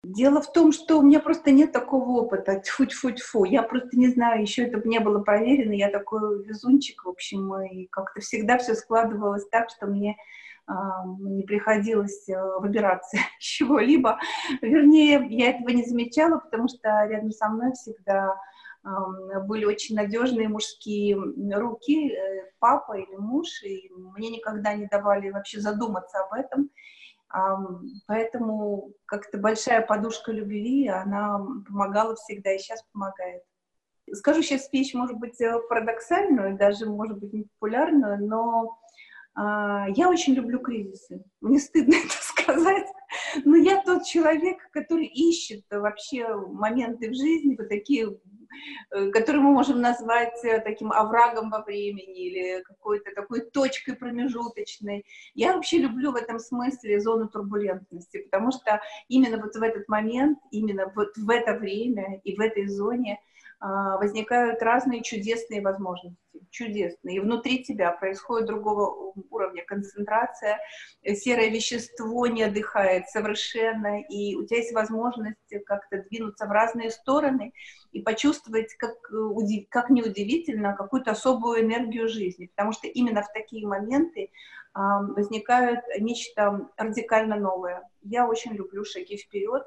Дело в том, что у меня просто нет такого опыта. Тьфу-тьфу-тьфу. Я просто не знаю, еще это не было проверено. Я такой везунчик, в общем, и как-то всегда все складывалось так, что мне не приходилось выбираться из чего-либо. Вернее, я этого не замечала, потому что рядом со мной всегда были очень надежные мужские руки, папа или муж, и мне никогда не давали вообще задуматься об этом. Поэтому как-то большая подушка любви, она помогала всегда и сейчас помогает. Скажу сейчас вещь, может быть, парадоксальную, даже, может быть, непопулярную, но я очень люблю кризисы. Мне стыдно это сказать, но я тот человек, который ищет вообще моменты в жизни, вот такие, которые мы можем назвать таким оврагом во времени или какой-то такой точкой промежуточной. Я вообще люблю в этом смысле зону турбулентности, потому что именно вот в этот момент, именно вот в это время и в этой зоне возникают разные чудесные возможности, чудесные. И внутри тебя происходит другого уровня концентрация, серое вещество не отдыхает совершенно, и у тебя есть возможность как-то двинуться в разные стороны и почувствовать, как неудивительно, какую-то особую энергию жизни, потому что именно в такие моменты возникает нечто радикально новое. Я очень люблю шаги вперед,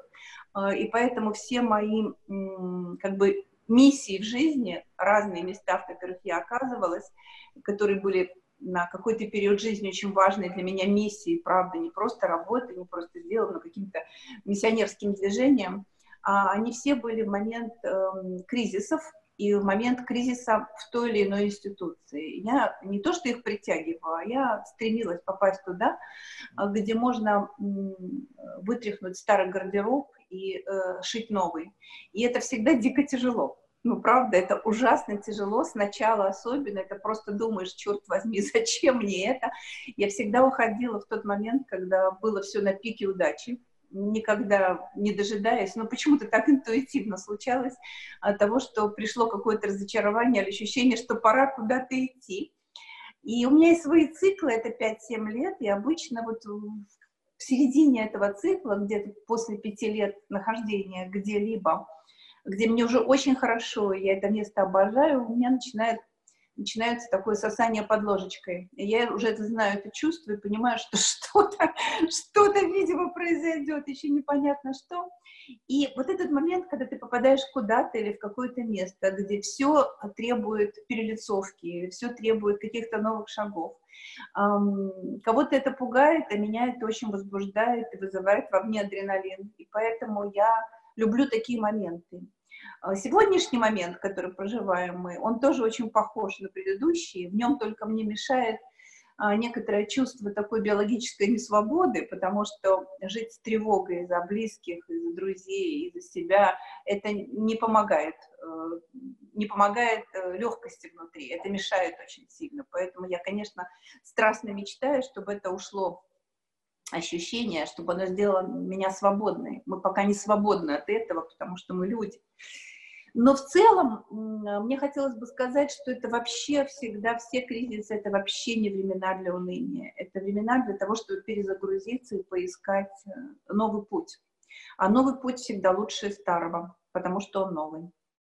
и поэтому все мои, как бы, миссии в жизни, разные места, в которых я оказывалась, которые были на какой-то период жизни очень важные для меня миссии, правда, не просто работа, не просто дело, но каким-то миссионерским движением, они все были в момент кризисов и в момент кризиса в той или иной институции. Я не то, что их притягивала, а я стремилась попасть туда, где можно вытряхнуть старый гардероб и шить новый. И это всегда дико тяжело. Ну, правда, это ужасно тяжело, сначала особенно, это просто думаешь, черт возьми, зачем мне это? Я всегда уходила в тот момент, когда было все на пике удачи, никогда не дожидаясь, но почему-то так интуитивно случалось от того, что пришло какое-то разочарование или ощущение, что пора куда-то идти. И у меня есть свои циклы, это 5-7 лет, и обычно вот в середине этого цикла, где-то после 5 лет нахождения где-либо, где мне уже очень хорошо, я это место обожаю, у меня начинается такое сосание под ложечкой. И я уже это знаю, это чувствую, и понимаю, что что-то, видимо, произойдет, еще непонятно что. И вот этот момент, когда ты попадаешь куда-то или в какое-то место, где все требует перелицовки, все требует каких-то новых шагов, кого-то это пугает, а меня это очень возбуждает и вызывает во мне адреналин. И поэтому я люблю такие моменты. Сегодняшний момент, который проживаем мы, он тоже очень похож на предыдущий. В нем только мне мешает некоторое чувство такой биологической несвободы, потому что жить с тревогой за близких, за друзей, и за себя, это не помогает легкости внутри, это мешает очень сильно. Поэтому я, конечно, страстно мечтаю, чтобы это ушло, ощущение, чтобы оно сделало меня свободной. Мы пока не свободны от этого, потому что мы люди. Но в целом мне хотелось бы сказать, что это вообще всегда, все кризисы, это вообще не времена для уныния. Это времена для того, чтобы перезагрузиться и поискать новый путь. А новый путь всегда лучше старого, потому что он новый.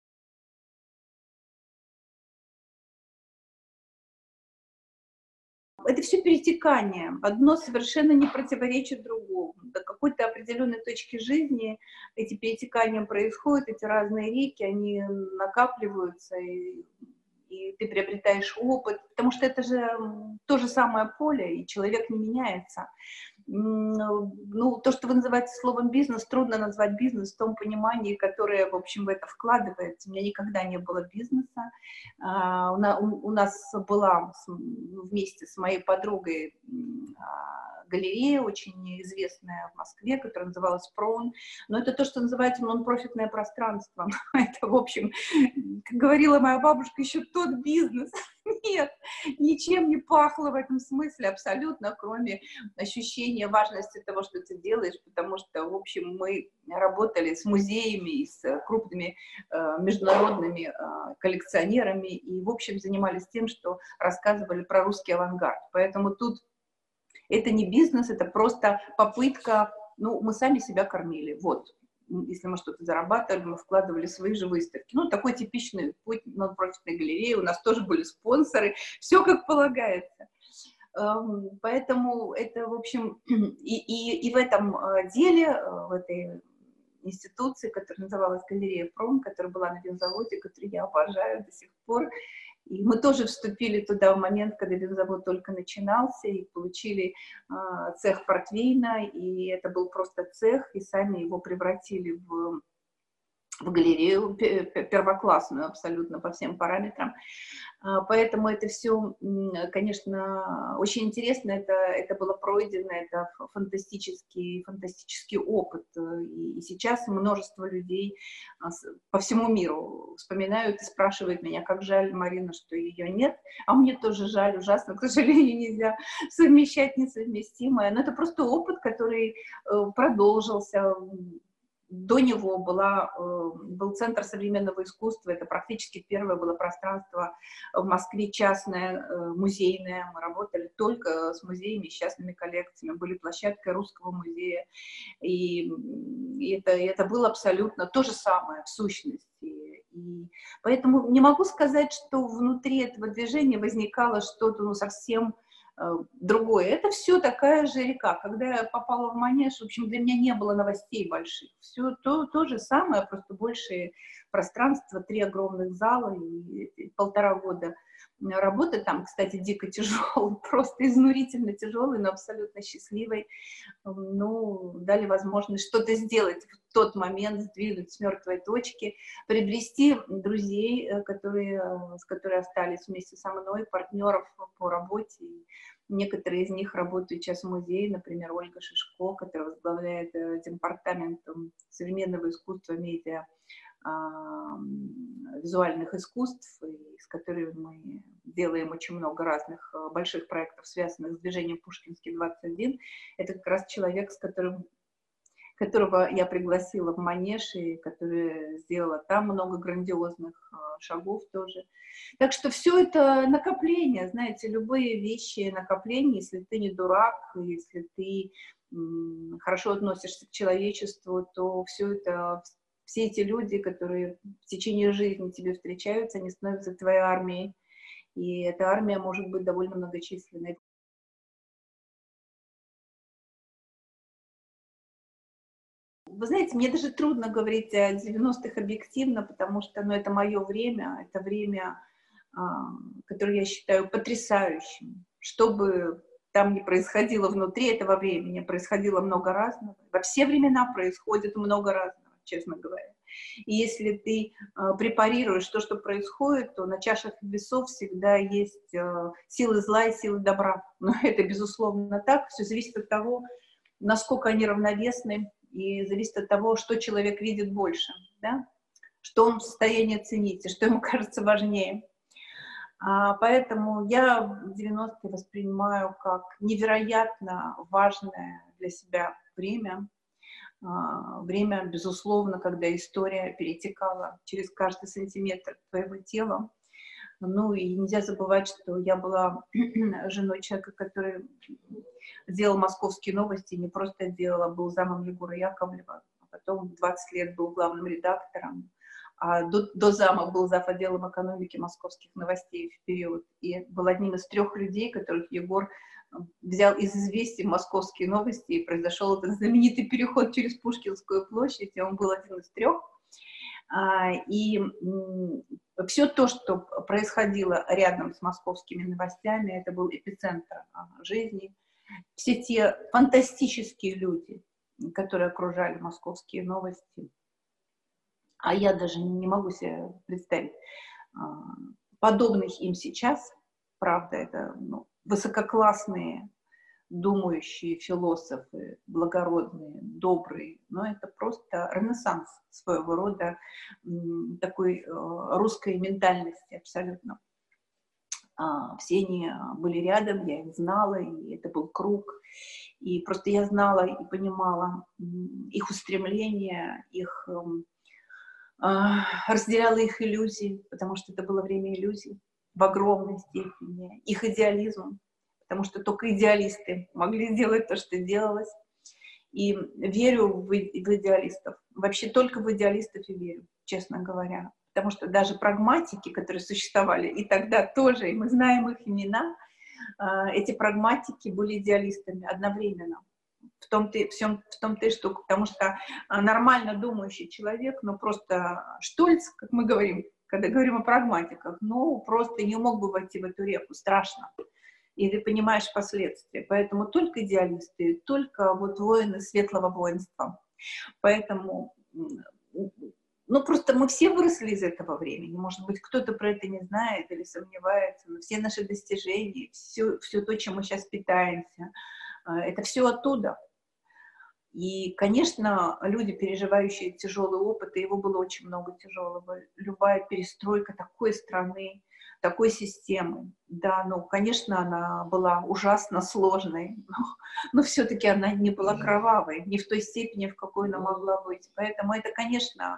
Это все перетекание. Одно совершенно не противоречит другому. До какой-то определенной точки жизни эти перетекания происходят, эти разные реки, они накапливаются, и ты приобретаешь опыт, потому что это же то же самое поле, и человек не меняется. Ну, то, что вы называете словом бизнес, трудно назвать бизнес в том понимании, которое, в общем, в это вкладывается. У меня никогда не было бизнеса. У нас была вместе с моей подругой галерея, очень известная в Москве, которая называлась «Прон». Но это то, что называется нон-профитное пространство. Это, в общем, как говорила моя бабушка, еще тот бизнес. Нет, ничем не пахло в этом смысле абсолютно, кроме ощущения важности того, что ты делаешь, потому что, в общем, мы работали с музеями и с крупными международными коллекционерами и, в общем, занимались тем, что рассказывали про русский авангард. Поэтому тут это не бизнес, это просто попытка, ну, мы сами себя кормили, вот. если мы что-то зарабатывали, мы вкладывали свои же выставки. Ну, такой типичный путь нон-профитной галереи. У нас тоже были спонсоры. Все как полагается. Поэтому это, в общем, и в этом деле, в этой институции, которая называлась галерея «Пром», которая была на винзаводе, которую я обожаю до сих пор. И мы тоже вступили туда в момент, когда винзавод только начинался, и получили цех портвейна, и это был просто цех, и сами его превратили в галерею первоклассную абсолютно по всем параметрам. Поэтому это все, конечно, очень интересно, это было пройдено, это фантастический опыт. И сейчас множество людей по всему миру вспоминают и спрашивают меня, как жаль, Марина, что ее нет. А мне тоже жаль, ужасно, к сожалению, нельзя совмещать несовместимое. Но это просто опыт, который продолжился. До него был Центр современного искусства, это практически первое было пространство в Москве частное, музейное. Мы работали только с музеями, с частными коллекциями, были площадкой Русского музея, и это было абсолютно то же самое в сущности. И поэтому не могу сказать, что внутри этого движения возникало что-то совсем другое. Это все такая же река. Когда я попала в Манеж, в общем, для меня не было новостей больших. Все то же самое, просто большее пространство, 3 огромных зала и 1,5 года работы там, кстати, дико тяжелой, просто изнурительно тяжелой, но абсолютно счастливой. Ну, дали возможность что-то сделать в тот момент, сдвинуть с мертвой точки, приобрести друзей, с которыми остались вместе со мной, партнеров по работе. Некоторые из них работают сейчас в музее, например, Ольга Шишко, которая возглавляет департаментом современного искусства, медиа, визуальных искусств, и с которыми мы делаем очень много разных больших проектов, связанных с движением Пушкинский 21. Это как раз человек, которого я пригласила в Манеж, и который сделала там много грандиозных шагов тоже. Так что все это накопление, знаете, любые вещи накопление, если ты не дурак, если ты хорошо относишься к человечеству, то все эти люди, которые в течение жизни тебе встречаются, они становятся твоей армией. И эта армия может быть довольно многочисленной. Вы знаете, мне даже трудно говорить о 90-х объективно, потому что это мое время, это время, которое я считаю потрясающим. Что бы там ни происходило внутри этого времени, происходило много разного. Во все времена происходит много разного, честно говоря. И если ты препарируешь то, что происходит, то на чашах весов всегда есть силы зла и силы добра. Но это, безусловно, так. Все зависит от того, насколько они равновесны, и зависит от того, что человек видит больше, да? Что он в состоянии оценить, и что ему кажется важнее. Поэтому я 90-е воспринимаю как невероятно важное для себя время. Время, безусловно, когда история перетекала через каждый сантиметр твоего тела. Ну и нельзя забывать, что я была женой человека, который делал «Московские новости», не просто делала, был замом Егора Яковлева, а потом 20 лет был главным редактором, а до зама был зав. Отделом экономики «Московских новостей» в период, и был одним из 3 людей, которых Егор взял из «Известий» «Московские новости», и произошел этот знаменитый переход через Пушкинскую площадь, и он был один из 3. И все то, что происходило рядом с «Московскими новостями», это был эпицентр жизни. Все те фантастические люди, которые окружали «Московские новости», а я даже не могу себе представить подобных им сейчас, правда, это высококлассные, думающие философы, благородные, добрые, но это просто ренессанс своего рода такой русской ментальности абсолютно. Все они были рядом, я их знала, и это был круг. И просто я знала и понимала их устремления, разделяла их иллюзии, потому что это было время иллюзий в огромной степени, их идеализм, потому что только идеалисты могли сделать то, что делалось. И верю в идеалистов. Вообще только в идеалистов и верю, честно говоря. Потому что даже прагматики, которые существовали и тогда тоже, и мы знаем их имена, эти прагматики были идеалистами одновременно. В том-то и штука. Потому что нормально думающий человек, ну просто Штольц, как мы говорим, когда говорим о прагматиках, ну просто не мог бы войти в эту реку, страшно. И ты понимаешь последствия. Поэтому только идеалисты, только вот воины светлого воинства. Поэтому, ну, просто мы все выросли из этого времени. Может быть, кто-то про это не знает или сомневается, но все наши достижения, все то, чем мы сейчас питаемся, это все оттуда. И, конечно, люди, переживающие тяжелый опыт, и его было очень много тяжелого. Любая перестройка такой страны, такой системы, да, ну, конечно, она была ужасно сложной, но все-таки она не была кровавой, не в той степени, в какой она могла быть. Поэтому это, конечно,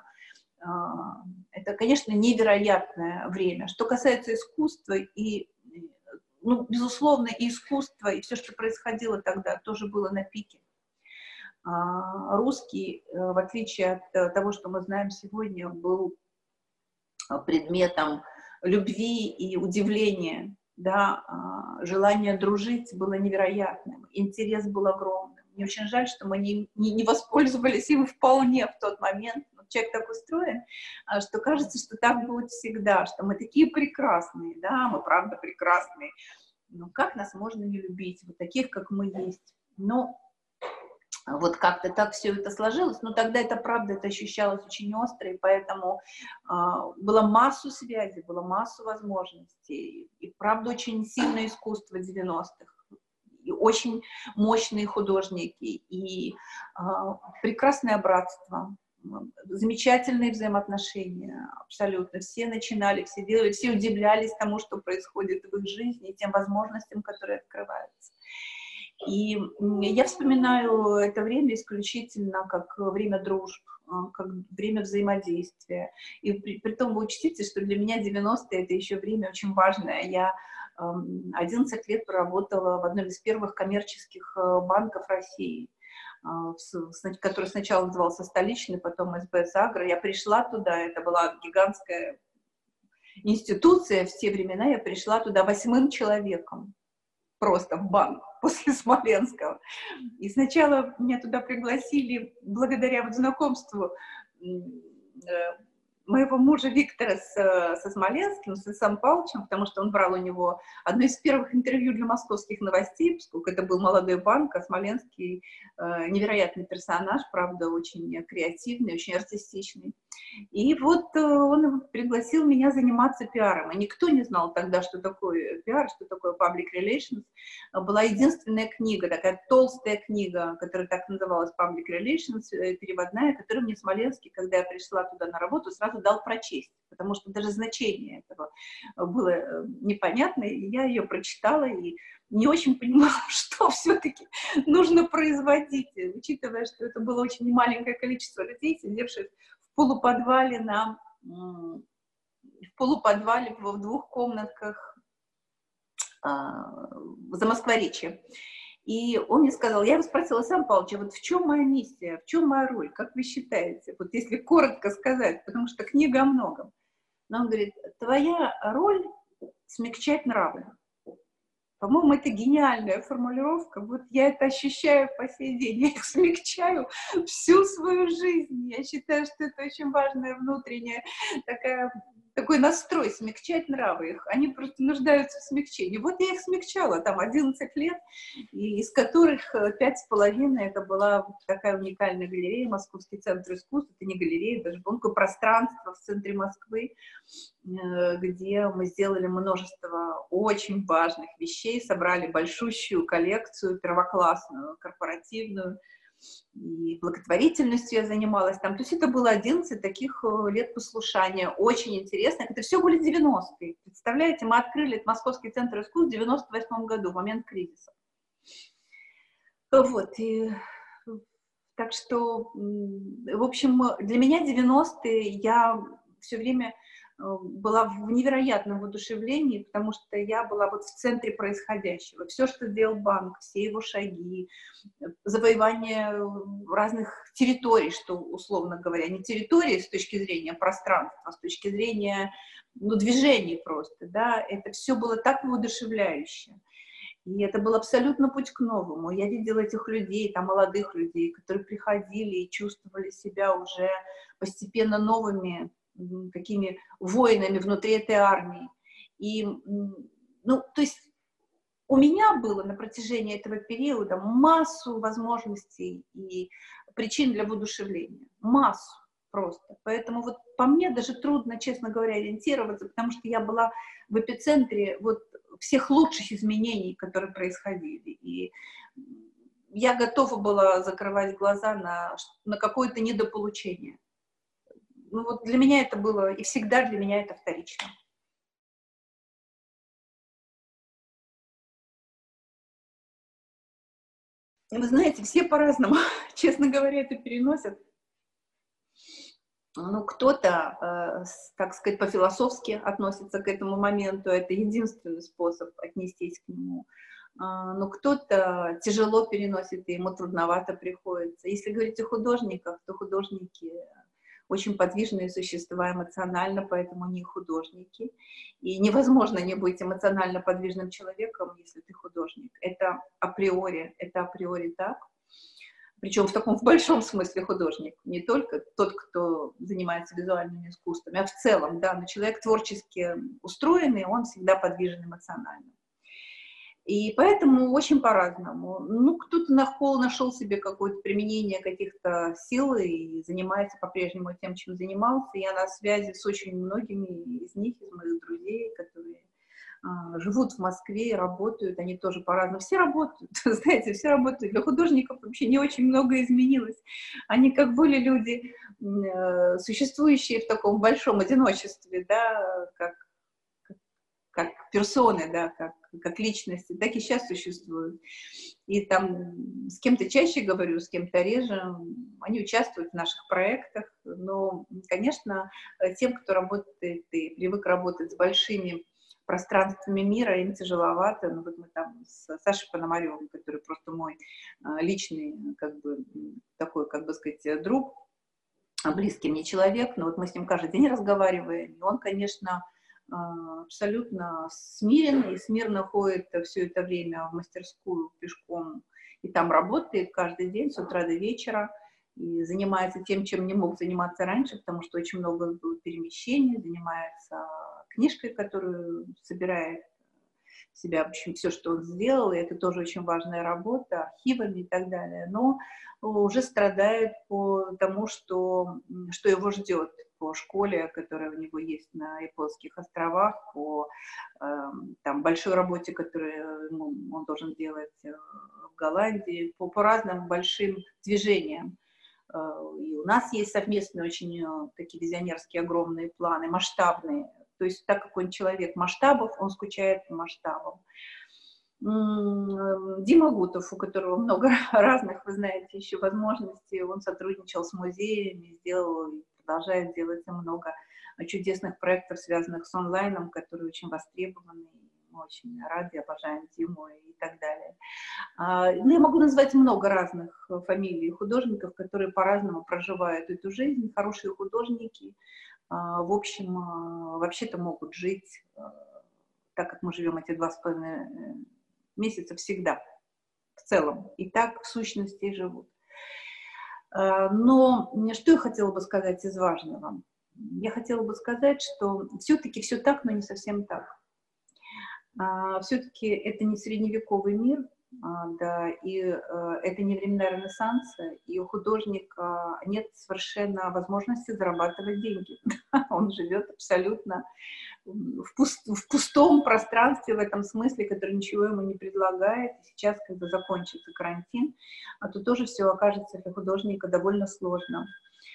невероятное время. Что касается искусства, и, ну, безусловно, и искусство, и все, что происходило тогда, тоже было на пике. Русский, в отличие от того, что мы знаем сегодня, был предметом любви и удивления, да, желание дружить было невероятным, интерес был огромным. Мне очень жаль, что мы не воспользовались им вполне в тот момент. Человек так устроен, что кажется, что так будет всегда, что мы такие прекрасные, да, мы правда прекрасные. Но как нас можно не любить, вот таких, как мы есть? Но вот как-то так все это сложилось, но тогда это правда, это ощущалось очень остро, и поэтому было массу связей, было массу возможностей, и правда очень сильное искусство 90-х, и очень мощные художники, и прекрасное братство, замечательные взаимоотношения, абсолютно. Все начинали, все делали, все удивлялись тому, что происходит в их жизни, и тем возможностям, которые открываются. И я вспоминаю это время исключительно как время дружб, как время взаимодействия. И притом вы учтите, что для меня 90-е — это еще время очень важное. Я 11 лет проработала в одном из первых коммерческих банков России, который сначала назывался «Столичный», потом СБС Агро. Я пришла туда, это была гигантская институция, в те времена я пришла туда 8-м человеком, просто в банк после Смоленского. И сначала меня туда пригласили благодаря вот знакомству моего мужа Виктора со Смоленским, с Исаем Павловичем, потому что он брал у него одно из первых интервью для московских новостей, поскольку это был молодой банк, а Смоленский невероятный персонаж, правда, очень креативный, очень артистичный. И вот он пригласил меня заниматься пиаром. И никто не знал тогда, что такое пиар, что такое public relations. Была единственная книга, такая толстая книга, которая так называлась public relations, переводная, которую мне Смоленский, когда я пришла туда на работу, сразу дал прочесть, потому что даже значение этого было непонятно, и я ее прочитала, и не очень понимала, что все-таки нужно производить, учитывая, что это было очень маленькое количество людей, сидевших в полуподвале в 2 комнатках за Москворечье. И он мне сказал, я его спросила, Сан Павлович, а вот в чем моя миссия, в чем моя роль, как вы считаете, вот если коротко сказать, потому что книга о многом. Но он говорит, твоя роль смягчать нравы. По-моему, это гениальная формулировка. Вот я это ощущаю по сей день. Я их смягчаю всю свою жизнь. Я считаю, что это очень важная внутренняя такой настрой, смягчать нравы их. Они просто нуждаются в смягчении. Вот я их смягчала, там 11 лет, из которых 5,5 это была такая уникальная галерея, Московский центр искусств. Это не галерея, даже было такое пространство в центре Москвы, где мы сделали множество очень важных вещей, собрали большущую коллекцию, первоклассную, корпоративную, и благотворительностью я занималась там. То есть это было 11 таких лет послушания, очень интересно. Это все были 90-е. Представляете, мы открыли этот Московский центр искусств в 98 году, в момент кризиса. Вот, и так что, в общем, для меня 90-е, я все время была в невероятном воодушевлении, потому что я была вот в центре происходящего. Все, что делал банк, все его шаги, завоевание разных территорий, что, условно говоря, не территории с точки зрения пространства, а с точки зрения, ну, движений просто, да, это все было так воодушевляюще. И это был абсолютно путь к новому. Я видела этих людей, там, молодых людей, которые приходили и чувствовали себя уже постепенно новыми такими воинами внутри этой армии. И, ну, то есть у меня было на протяжении этого периода массу возможностей и причин для воодушевления. Массу просто. Поэтому вот по мне даже трудно, честно говоря, ориентироваться, потому что я была в эпицентре вот всех лучших изменений, которые происходили. И я готова была закрывать глаза на какое-то недополучение. Ну вот для меня это было, и всегда для меня это вторично. Вы знаете, все по-разному, честно говоря, это переносят. Ну, кто-то, так сказать, по-философски относится к этому моменту, это единственный способ отнестись к нему. Но кто-то тяжело переносит, и ему трудновато приходится. Если говорить о художниках, то художники очень подвижные существа эмоционально, поэтому они художники. И невозможно не быть эмоционально подвижным человеком, если ты художник. Это априори так. Причем в таком в большом смысле художник. Не только тот, кто занимается визуальными искусствами, а в целом, да, но человек творчески устроенный, он всегда подвижен эмоционально. И поэтому очень по-разному. Ну, кто-то нашел себе какое-то применение каких-то сил и занимается по-прежнему тем, чем занимался. Я на связи с очень многими из них, из моих друзей, которые живут в Москве и работают, они тоже по-разному. Все работают, знаете, все работают. Для художников вообще не очень много изменилось. Они как были люди, существующие в таком большом одиночестве, да, как персоны, да, как личности, так и сейчас существуют. И там с кем-то чаще говорю, с кем-то реже. Они участвуют в наших проектах, но, конечно, тем, кто работает и привык работать с большими пространствами мира, им тяжеловато. Ну, вот мы там с Сашей Пономаревым, который просто мой личный, как бы, такой, как бы сказать, друг, близкий мне человек, но вот мы с ним каждый день разговариваем, и он, конечно, абсолютно смирен и смирно ходит все это время в мастерскую пешком, и там работает каждый день с утра до вечера, и занимается тем, чем не мог заниматься раньше, потому что очень много было перемещений, занимается книжкой, которую собирает в себя, в общем, все, что он сделал, и это тоже очень важная работа, архивами и так далее, но уже страдает по тому, что его ждет, по школе, которая у него есть на Японских островах, по там, большой работе, которую он должен делать в Голландии, по разным большим движениям. И у нас есть совместные очень такие визионерские огромные планы, масштабные. То есть так как он человек масштабов, он скучает по масштабам. Дима Гутов, у которого много разных, вы знаете, еще возможностей, он сотрудничал с музеями, сделал и продолжает делать много чудесных проектов, связанных с онлайном, которые очень востребованы. Мы очень рады, обожаем Диму и так далее. Ну, я могу назвать много разных фамилий художников, которые по-разному проживают эту жизнь. Хорошие художники, в общем, вообще-то могут жить так, как мы живем эти 2,5 месяца всегда, в целом. И так, в сущности, живут. Но что я хотела бы сказать из важного? Я хотела бы сказать, что все-таки все так, но не совсем так. Все-таки это не средневековый мир, да, и это не времена Ренессанса, и у художника нет совершенно возможности зарабатывать деньги. Он живет абсолютно в пустом пространстве в этом смысле, который ничего ему не предлагает. И сейчас, когда закончится карантин, то тоже все окажется для художника довольно сложно.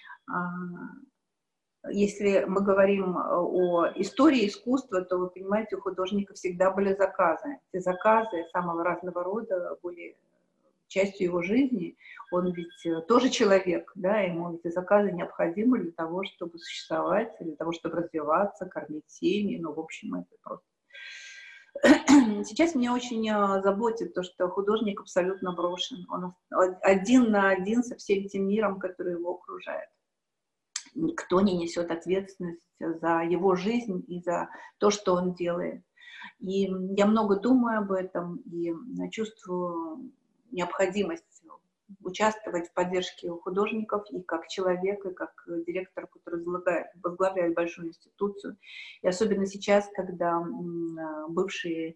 Если мы говорим о истории искусства, то, вы понимаете, у художника всегда были заказы. Эти заказы самого разного рода были частью его жизни. Он ведь тоже человек, да, ему эти заказы необходимы для того, чтобы существовать, для того, чтобы развиваться, кормить семьи, ну, в общем, это просто. Сейчас меня очень заботит то, что художник абсолютно брошен. Он один на один со всем тем миром, который его окружает. Никто не несет ответственность за его жизнь и за то, что он делает. И я много думаю об этом и чувствую необходимость участвовать в поддержке художников и как человек, и как директор, который возглавляет большую институцию. И особенно сейчас, когда бывшие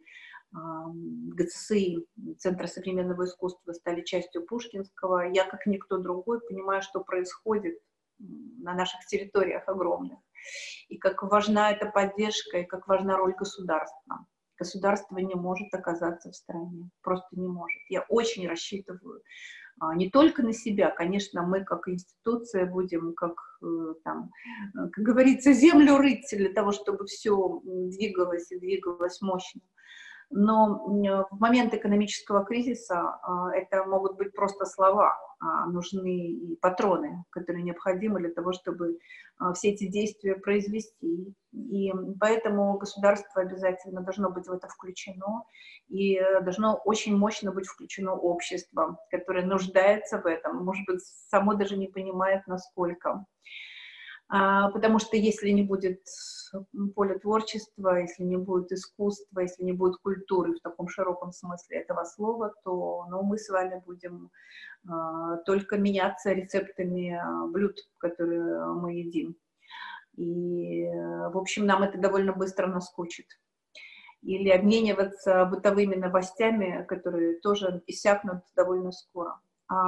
ГЦСИ, Центра современного искусства, стали частью Пушкинского, я, как никто другой, понимаю, что происходит на наших территориях огромных, и как важна эта поддержка, и как важна роль государства. Государство не может оказаться в стороне, просто не может. Я очень рассчитываю не только на себя, конечно, мы как институция будем, как говорится, землю рыть для того, чтобы все двигалось и двигалось мощно. Но в момент экономического кризиса это могут быть просто слова, нужны и патроны, которые необходимы для того, чтобы все эти действия произвести. И поэтому государство обязательно должно быть в это включено, и должно очень мощно быть включено общество, которое нуждается в этом, может быть, само даже не понимает, насколько. Потому что если не будет поля творчества, если не будет искусства, если не будет культуры в таком широком смысле этого слова, то мы с вами будем только меняться рецептами блюд, которые мы едим. И, в общем, нам это довольно быстро наскучит. Или обмениваться бытовыми новостями, которые тоже иссякнут довольно скоро.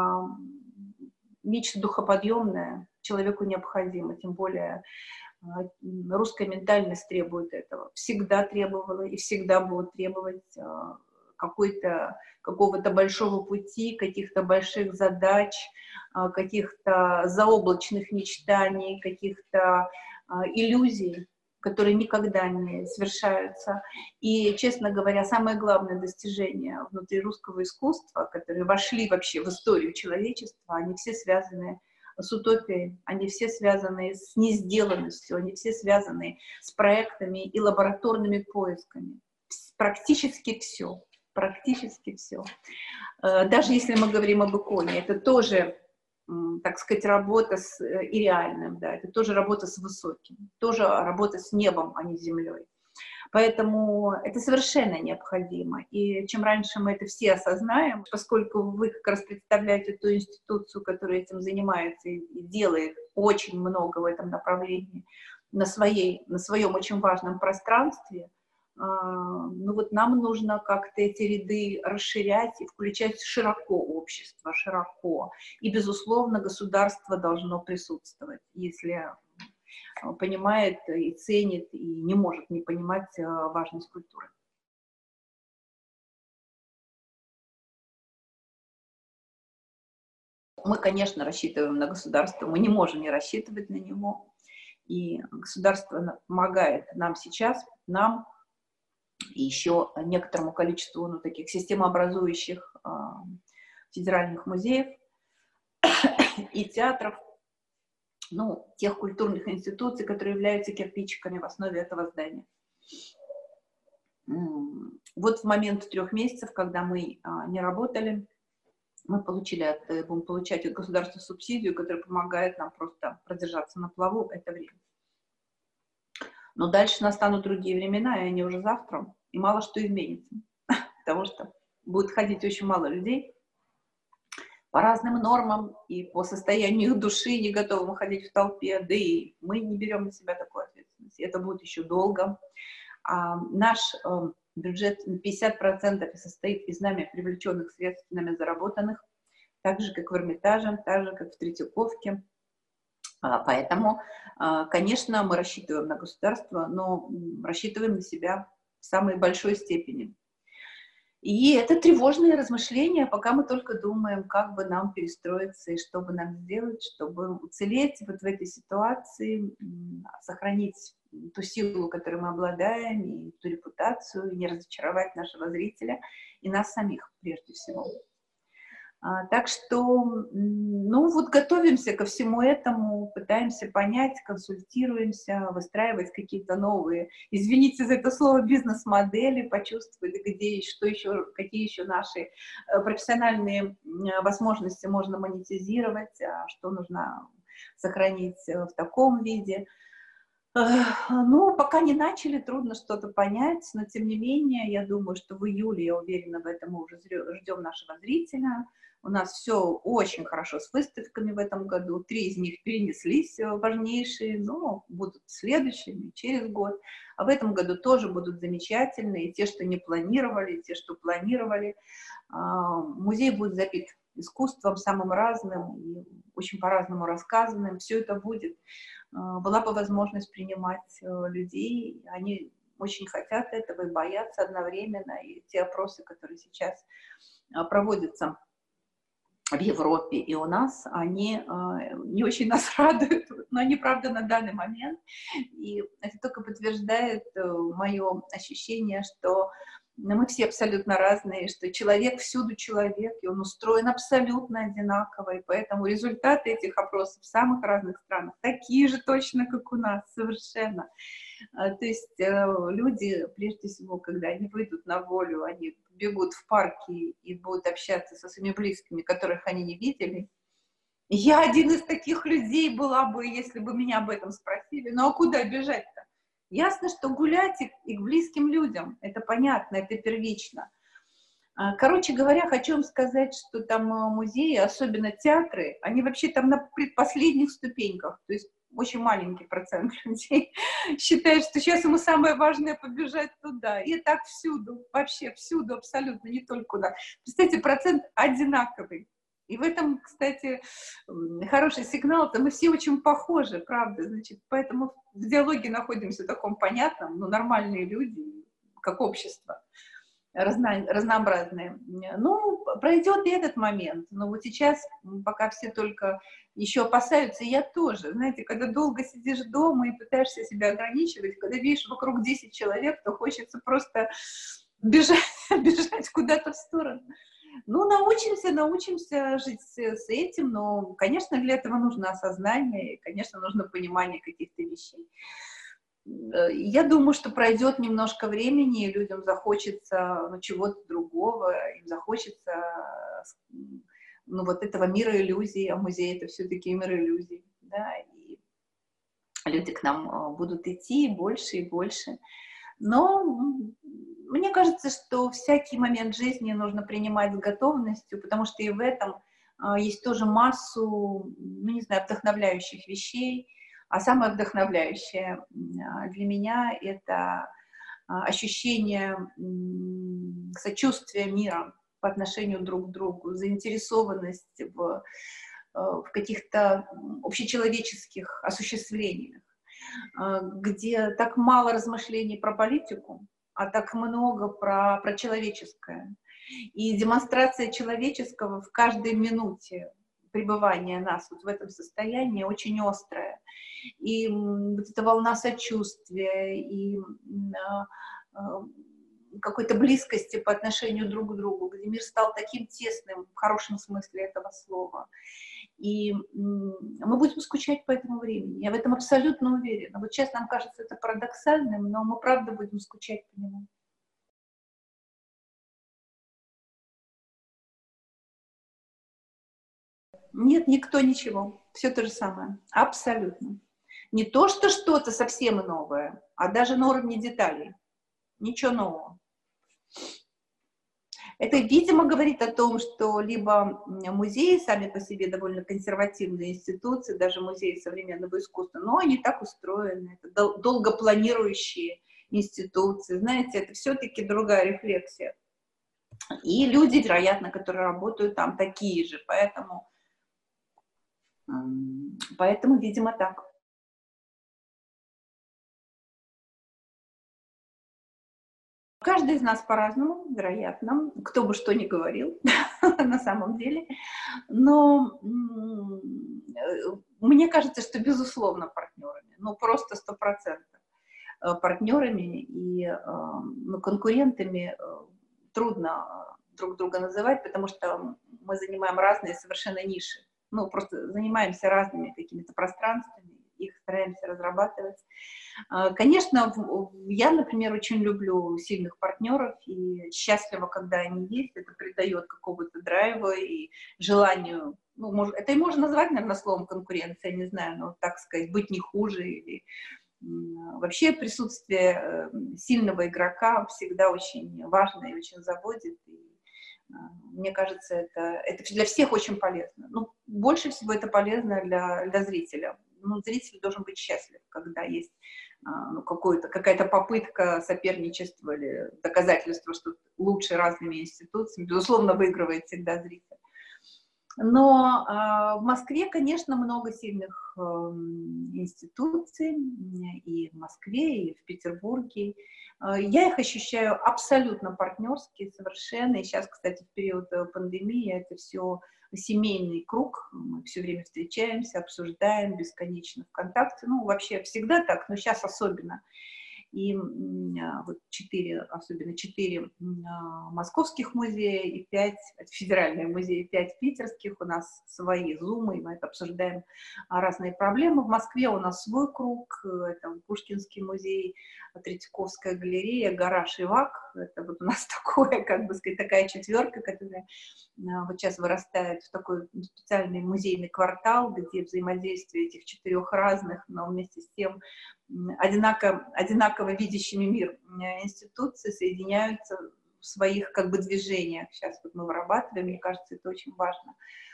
Нечто духоподъемное человеку необходимо, тем более русская ментальность требует этого. Всегда требовала и всегда будет требовать какого-то большого пути, каких-то больших задач, каких-то заоблачных мечтаний, каких-то иллюзий, которые никогда не совершаются. И, честно говоря, самое главное достижение внутри русского искусства, которые вошли вообще в историю человечества, они все связаны с утопией, они все связаны с несделанностью, они все связаны с проектами и лабораторными поисками. Практически все. Практически все. Даже если мы говорим об иконе, это тоже, так сказать, работа с ирреальным, да, это тоже работа с высоким, тоже работа с небом, а не с землей. Поэтому это совершенно необходимо. И чем раньше мы это все осознаем, поскольку вы как раз представляете ту институцию, которая этим занимается и делает очень много в этом направлении на своем очень важном пространстве, нам нужно как-то эти ряды расширять и включать широко общество, широко. И, безусловно, государство должно присутствовать, если понимает и ценит, и не может не понимать важность культуры. Мы, конечно, рассчитываем на государство, мы не можем не рассчитывать на него. И государство помогает нам сейчас, нам и еще некоторому количеству таких системообразующих федеральных музеев и театров, тех культурных институций, которые являются кирпичиками в основе этого здания. Вот в момент 3 месяцев, когда мы не работали, мы будем получать от государства субсидию, которая помогает нам просто продержаться на плаву это время. Но дальше настанут другие времена, и они уже завтра, и мало что изменится, потому что будет ходить очень мало людей по разным нормам и по состоянию души, не готовым ходить в толпе, да и мы не берем на себя такую ответственность. Это будет еще долго. Наш бюджет на 50% состоит из нами привлеченных средств, нами заработанных, так же, как в Эрмитаже, так же, как в Третьяковке. Поэтому, конечно, мы рассчитываем на государство, но рассчитываем на себя в самой большой степени. И это тревожные размышления, пока мы только думаем, как бы нам перестроиться и что бы нам сделать, чтобы уцелеть вот в этой ситуации, сохранить ту силу, которой мы обладаем, и ту репутацию, и не разочаровать нашего зрителя и нас самих прежде всего. Так что, ну вот готовимся ко всему этому, пытаемся понять, консультируемся, выстраивать какие-то новые, извините за это слово, бизнес-модели, почувствовать, где, что еще, какие еще наши профессиональные возможности можно монетизировать, что нужно сохранить в таком виде. Ну, пока не начали, трудно что-то понять, но тем не менее, я думаю, что в июле, я уверена, в этом мы уже ждем нашего зрителя. У нас все очень хорошо с выставками в этом году. 3 из них перенеслись, важнейшие, но будут следующими, через год. А в этом году тоже будут замечательные, те, что не планировали, те, что планировали. Музей будет забит искусством самым разным, и очень по-разному рассказанным. Все это будет. Была бы возможность принимать людей, они очень хотят этого и боятся одновременно. И те опросы, которые сейчас проводятся в Европе и у нас, они не очень нас радуют, но они, правда, на данный момент. И это только подтверждает мое ощущение, что мы все абсолютно разные, что человек всюду человек, и он устроен абсолютно одинаково, и поэтому результаты этих опросов в самых разных странах такие же точно, как у нас, совершенно. То есть люди, прежде всего, когда они выйдут на волю, они бегут в парки и будут общаться со своими близкими, которых они не видели. Я один из таких людей была бы, если бы меня об этом спросили. Ну а куда бежать-то? Ясно, что гулять и к близким людям, это понятно, это первично. Короче говоря, хочу вам сказать, что там музеи, особенно театры, они вообще там на предпоследних ступеньках, то есть очень маленький процент людей считает, что сейчас ему самое важное побежать туда. И так всюду, вообще всюду абсолютно, не только куда. Представьте, процент одинаковый. И в этом, кстати, хороший сигнал, то мы все очень похожи, правда, значит, поэтому в диалоге находимся в таком понятном, но нормальные люди, как общество, разнообразные. Ну, пройдет и этот момент, но вот сейчас, пока все только еще опасаются, и я тоже, знаете, когда долго сидишь дома и пытаешься себя ограничивать, когда видишь вокруг 10 человек, то хочется просто бежать, бежать куда-то в сторону. Ну, научимся жить с этим, но, конечно, для этого нужно осознание, и, конечно, нужно понимание каких-то вещей. Я думаю, что пройдет немножко времени, и людям захочется чего-то другого, им захочется вот этого мира иллюзий, а музей — это все-таки мир иллюзий, да, и люди к нам будут идти больше и больше. Но мне кажется, что всякий момент жизни нужно принимать с готовностью, потому что и в этом есть тоже массу, ну, не знаю, вдохновляющих вещей. А самое вдохновляющее для меня — это ощущение сочувствия мира по отношению друг к другу, заинтересованность в каких-то общечеловеческих осуществлениях, где так мало размышлений про политику, а так много про человеческое. И демонстрация человеческого в каждой минуте пребывания нас вот в этом состоянии очень острая. И вот эта волна сочувствия, и какой-то близкости по отношению друг к другу, где мир стал таким тесным, в хорошем смысле этого слова. И мы будем скучать по этому времени. Я в этом абсолютно уверена. Вот сейчас нам кажется это парадоксальным, но мы правда будем скучать по нему. Нет, никто ничего. Все то же самое. Абсолютно. Не то, что что-то совсем новое, а даже на уровне деталей. Ничего нового. Это, видимо, говорит о том, что либо музеи сами по себе довольно консервативные институции, даже музеи современного искусства, но они так устроены, это долго планирующие институции. Знаете, это все-таки другая рефлексия. И люди, вероятно, которые работают там, такие же. Поэтому, видимо, так. Каждый из нас по-разному, вероятно, кто бы что ни говорил на самом деле. Но мне кажется, что, безусловно, партнерами. Ну, просто 100% партнерами и конкурентами трудно друг друга называть, потому что мы занимаем разные совершенно ниши. Ну, просто занимаемся разными какими-то пространствами, их стараемся разрабатывать. Конечно, я, например, очень люблю сильных партнеров и счастлива, когда они есть. Это придает какого-то драйва и желанию. Ну, это и можно назвать, наверное, словом конкуренция, не знаю, но, так сказать, быть не хуже. Или вообще присутствие сильного игрока всегда очень важно и очень заводит. И, мне кажется, это для всех очень полезно. Ну, больше всего это полезно для зрителя. Ну, зритель должен быть счастлив, когда есть ну, какая-то попытка соперничества или доказательства, что лучше разными институциями. Безусловно, выигрывает всегда зритель. Но в Москве, конечно, много сильных институций, и в Москве, и в Петербурге. Я их ощущаю абсолютно партнерские, совершенно. И сейчас, кстати, в период пандемии это все семейный круг. Мы все время встречаемся, обсуждаем бесконечно ВКонтакте. Ну, вообще всегда так, но сейчас особенно. И вот особенно 4 московских музея и 5, федеральные музеи, 5 питерских, у нас свои зумы, и мы это обсуждаем разные проблемы. В Москве у нас свой круг, это Пушкинский музей, Третьяковская галерея, гараж Ивак, это вот у нас такое, как бы сказать, такая четверка, которая вот сейчас вырастает в такой специальный музейный квартал, где взаимодействие этих 4 разных, но вместе с тем одинаково видящими мир институции соединяются в своих как бы движениях. Сейчас вот мы вырабатываем, мне кажется, это очень важно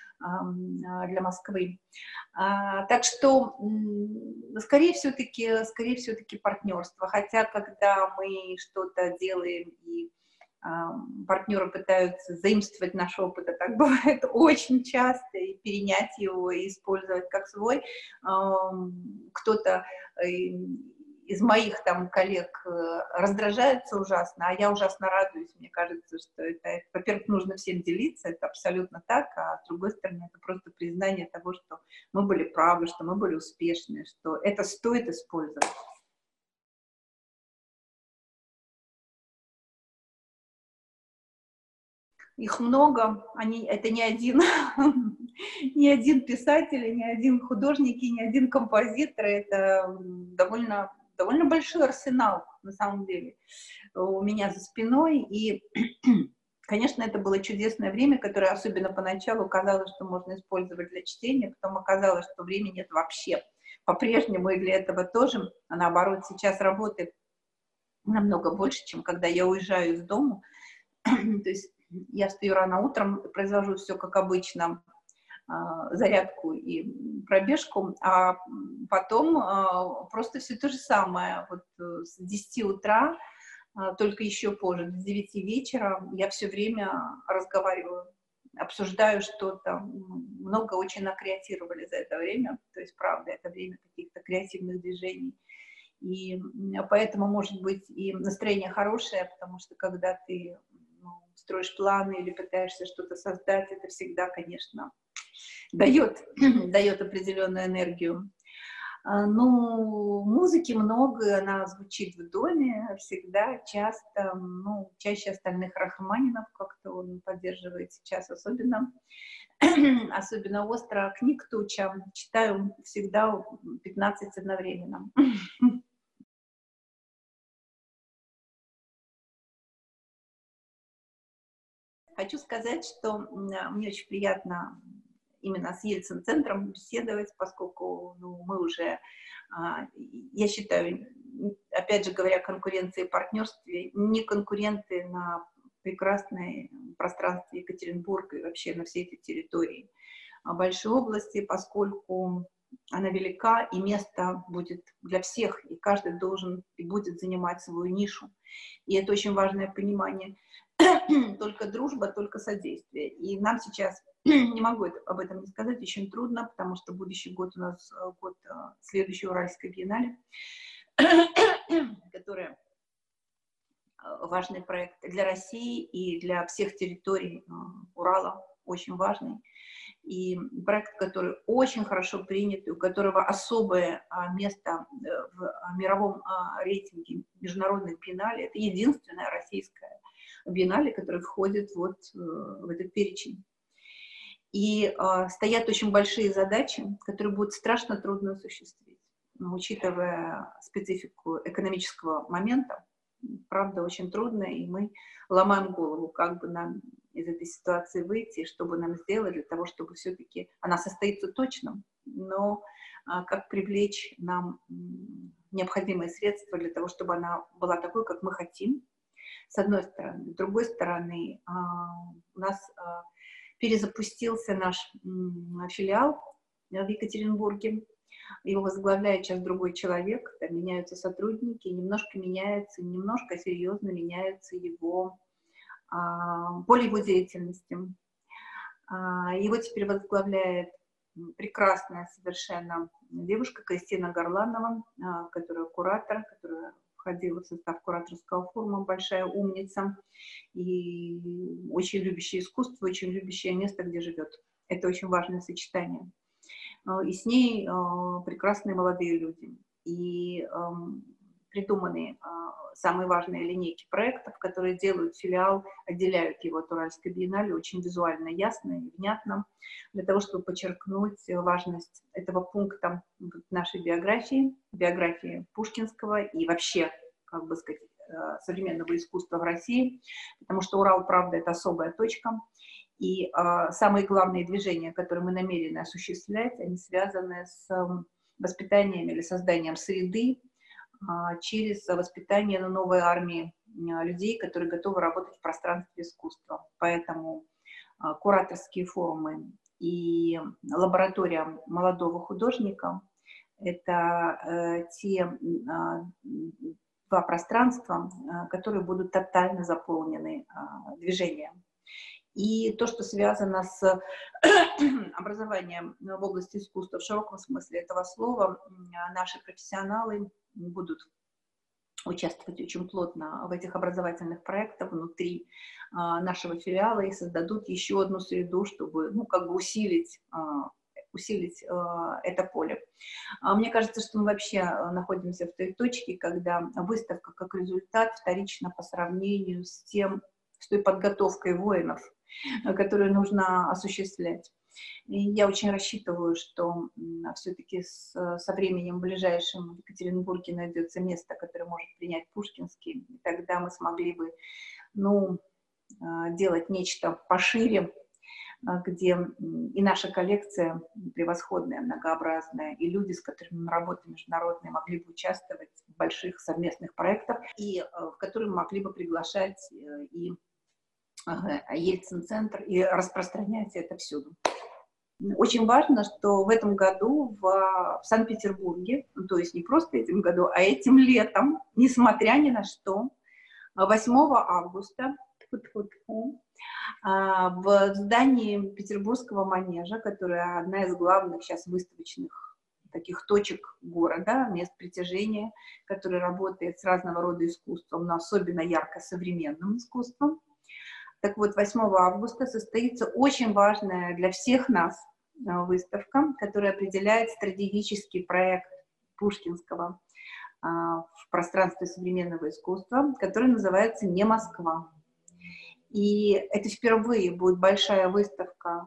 для Москвы. Так что скорее все-таки партнерство. Хотя, когда мы что-то делаем и партнеры пытаются заимствовать наш опыт, а так бывает очень часто, и перенять его, и использовать как свой. Кто-то из моих там коллег раздражается ужасно, а я ужасно радуюсь. Мне кажется, что это, во-первых, нужно всем делиться, это абсолютно так, а с другой стороны, это просто признание того, что мы были правы, что мы были успешны, что это стоит использовать. Их много, это не один, не один писатель, не один художник, и не один композитор, это довольно большой арсенал, на самом деле, у меня за спиной, и, конечно, это было чудесное время, которое особенно поначалу казалось, что можно использовать для чтения, потом оказалось, что времени нет вообще, по-прежнему и для этого тоже, а наоборот, сейчас работы намного больше, чем когда я уезжаю из дома, то есть я встаю рано утром, произвожу все как обычно, зарядку и пробежку, а потом просто все то же самое. Вот с 10 утра, только еще позже, до 9 вечера я все время разговариваю, обсуждаю что-то. Много очень накреатировали за это время, то есть, правда, это время каких-то креативных движений. И поэтому, может быть, и настроение хорошее, потому что когда ты строишь планы или пытаешься что-то создать, это всегда, конечно, дает определенную энергию. Ну, музыки много, она звучит в доме всегда, часто, ну, чаще остальных Рахманинов, как-то он поддерживает сейчас особенно остро. Книг туча, читаю всегда 15 одновременно. Хочу сказать, что мне очень приятно именно с Ельцин-центром беседовать, поскольку мы уже, я считаю, опять же говоря, о конкуренции и партнерстве, не конкуренты на прекрасной пространстве Екатеринбурга и вообще на всей этой территории большой области, поскольку она велика, и место будет для всех, и каждый должен и будет занимать свою нишу. И это очень важное понимание. Только дружба, только содействие. И нам сейчас, не могу об этом не сказать, очень трудно, потому что будущий год у нас год следующей Уральской биеннале, которая важный проект для России и для всех территорий Урала, очень важный. И проект, который очень хорошо принят, и у которого особое место в мировом рейтинге международных биеннале. Это единственная российская биеннале, которая входит вот в этот перечень. И стоят очень большие задачи, которые будут страшно трудно осуществить, но, учитывая специфику экономического момента. Правда, очень трудно, и мы ломаем голову, как бы нам из этой ситуации выйти, что бы нам сделать для того, чтобы все-таки она состоится точно, но как привлечь нам необходимые средства для того, чтобы она была такой, как мы хотим, с одной стороны. С другой стороны, у нас перезапустился наш филиал в Екатеринбурге. Его возглавляет сейчас другой человек, там меняются сотрудники, немножко меняется, немножко серьезно меняется его, поле его деятельности. Его теперь возглавляет прекрасная совершенно девушка Кристина Горланова, которая куратор, которая входила в состав кураторского форума, большая умница и очень любящая искусство, очень любящее место, где живет. Это очень важное сочетание. И с ней прекрасные молодые люди. И придуманы самые важные линейки проектов, которые делают филиал, отделяют его от Уральской биеннале очень визуально ясно и внятно, для того, чтобы подчеркнуть важность этого пункта нашей биографии Пушкинского и вообще, как бы сказать, современного искусства в России, потому что Урал, правда, это особая точка. И самые главные движения, которые мы намерены осуществлять, они связаны с воспитанием или созданием среды через воспитание новой армии людей, которые готовы работать в пространстве искусства. Поэтому кураторские форумы и лаборатория молодого художника — это те два пространства, которые будут тотально заполнены движением. И то, что связано с образованием в области искусства в широком смысле этого слова, наши профессионалы будут участвовать очень плотно в этих образовательных проектах внутри нашего филиала и создадут еще одну среду, чтобы, ну, как бы усилить это поле. Мне кажется, что мы вообще находимся в той точке, когда выставка как результат вторична по сравнению с той подготовкой воинов, которую нужно осуществлять. И я очень рассчитываю, что все-таки со временем ближайшим в Екатеринбурге найдется место, которое может принять Пушкинский, и тогда мы смогли бы, ну, делать нечто пошире, где и наша коллекция превосходная, многообразная, и люди, с которыми мы работаем международные, могли бы участвовать в больших совместных проектах, и в которые мы могли бы приглашать и Ельцин-центр и распространять это всюду. Очень важно, что в этом году в Санкт-Петербурге, ну, то есть не просто этим году, а этим летом, несмотря ни на что, 8 августа в здании Петербургского манежа, которое одна из главных сейчас выставочных таких точек города, мест притяжения, который работает с разного рода искусством, но особенно ярко современным искусством. Так вот, 8 августа состоится очень важная для всех нас выставка, которая определяет стратегический проект Пушкинского в пространстве современного искусства, который называется «Не Москва». И это впервые будет большая выставка,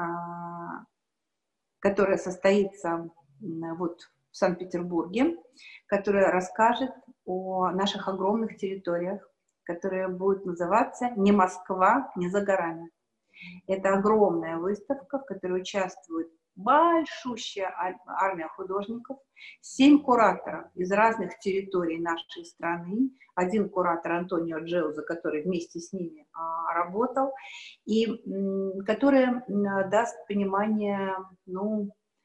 которая состоится вот в Санкт-Петербурге, которая расскажет о наших огромных территориях, которая будет называться «Не Москва, не за горами». Это огромная выставка, в которой участвует большущая армия художников, 7 кураторов из разных территорий нашей страны, один куратор Антонио Джеуза, который вместе с ними работал, и который даст понимание, ну,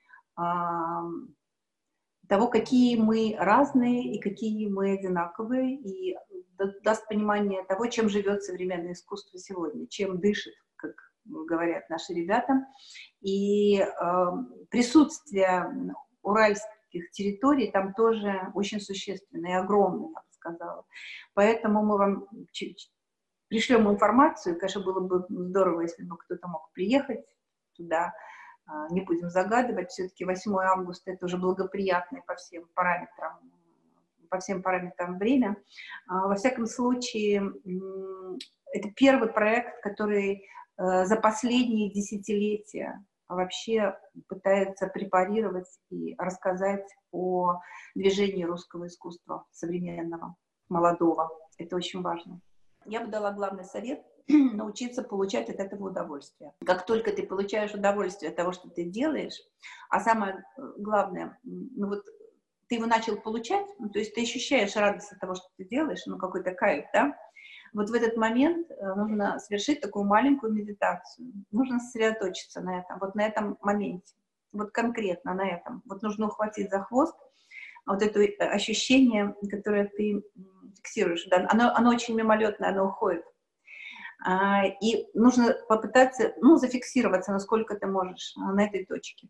того, какие мы разные и какие мы одинаковые, и даст понимание того, чем живет современное искусство сегодня, чем дышит, как говорят наши ребята. И присутствие уральских территорий там тоже очень существенное и огромное, я бы сказала. Поэтому мы вам пришлем информацию. Конечно, было бы здорово, если бы кто-то мог приехать туда. Не будем загадывать, все-таки 8 августа это уже благоприятное по всем параметрам время. Во всяком случае, это первый проект, который за последние десятилетия вообще пытается препарировать и рассказать о движении русского искусства современного, молодого. Это очень важно. Я бы дала главный совет — научиться получать от этого удовольствие. Как только ты получаешь удовольствие от того, что ты делаешь, а самое главное, ну вот ты его начал получать, ну, то есть ты ощущаешь радость от того, что ты делаешь, ну какой-то кайф, да, вот в этот момент нужно совершить такую маленькую медитацию. Нужно сосредоточиться на этом, вот на этом моменте, вот конкретно на этом. Вот нужно ухватить за хвост вот это ощущение, которое ты фиксируешь. Да? Оно очень мимолетное, оно уходит. И нужно попытаться, ну, зафиксироваться, насколько ты можешь на этой точке.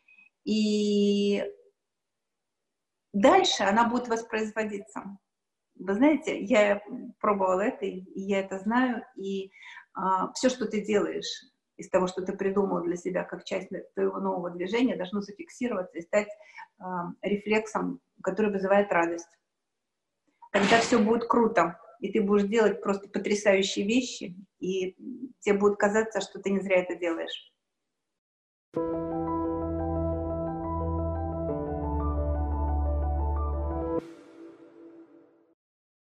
И дальше она будет воспроизводиться. Вы знаете, я пробовала это, и я это знаю, и все, что ты делаешь из того, что ты придумал для себя как часть твоего нового движения, должно зафиксироваться и стать рефлексом, который вызывает радость. Тогда все будет круто, и ты будешь делать просто потрясающие вещи, и тебе будет казаться, что ты не зря это делаешь.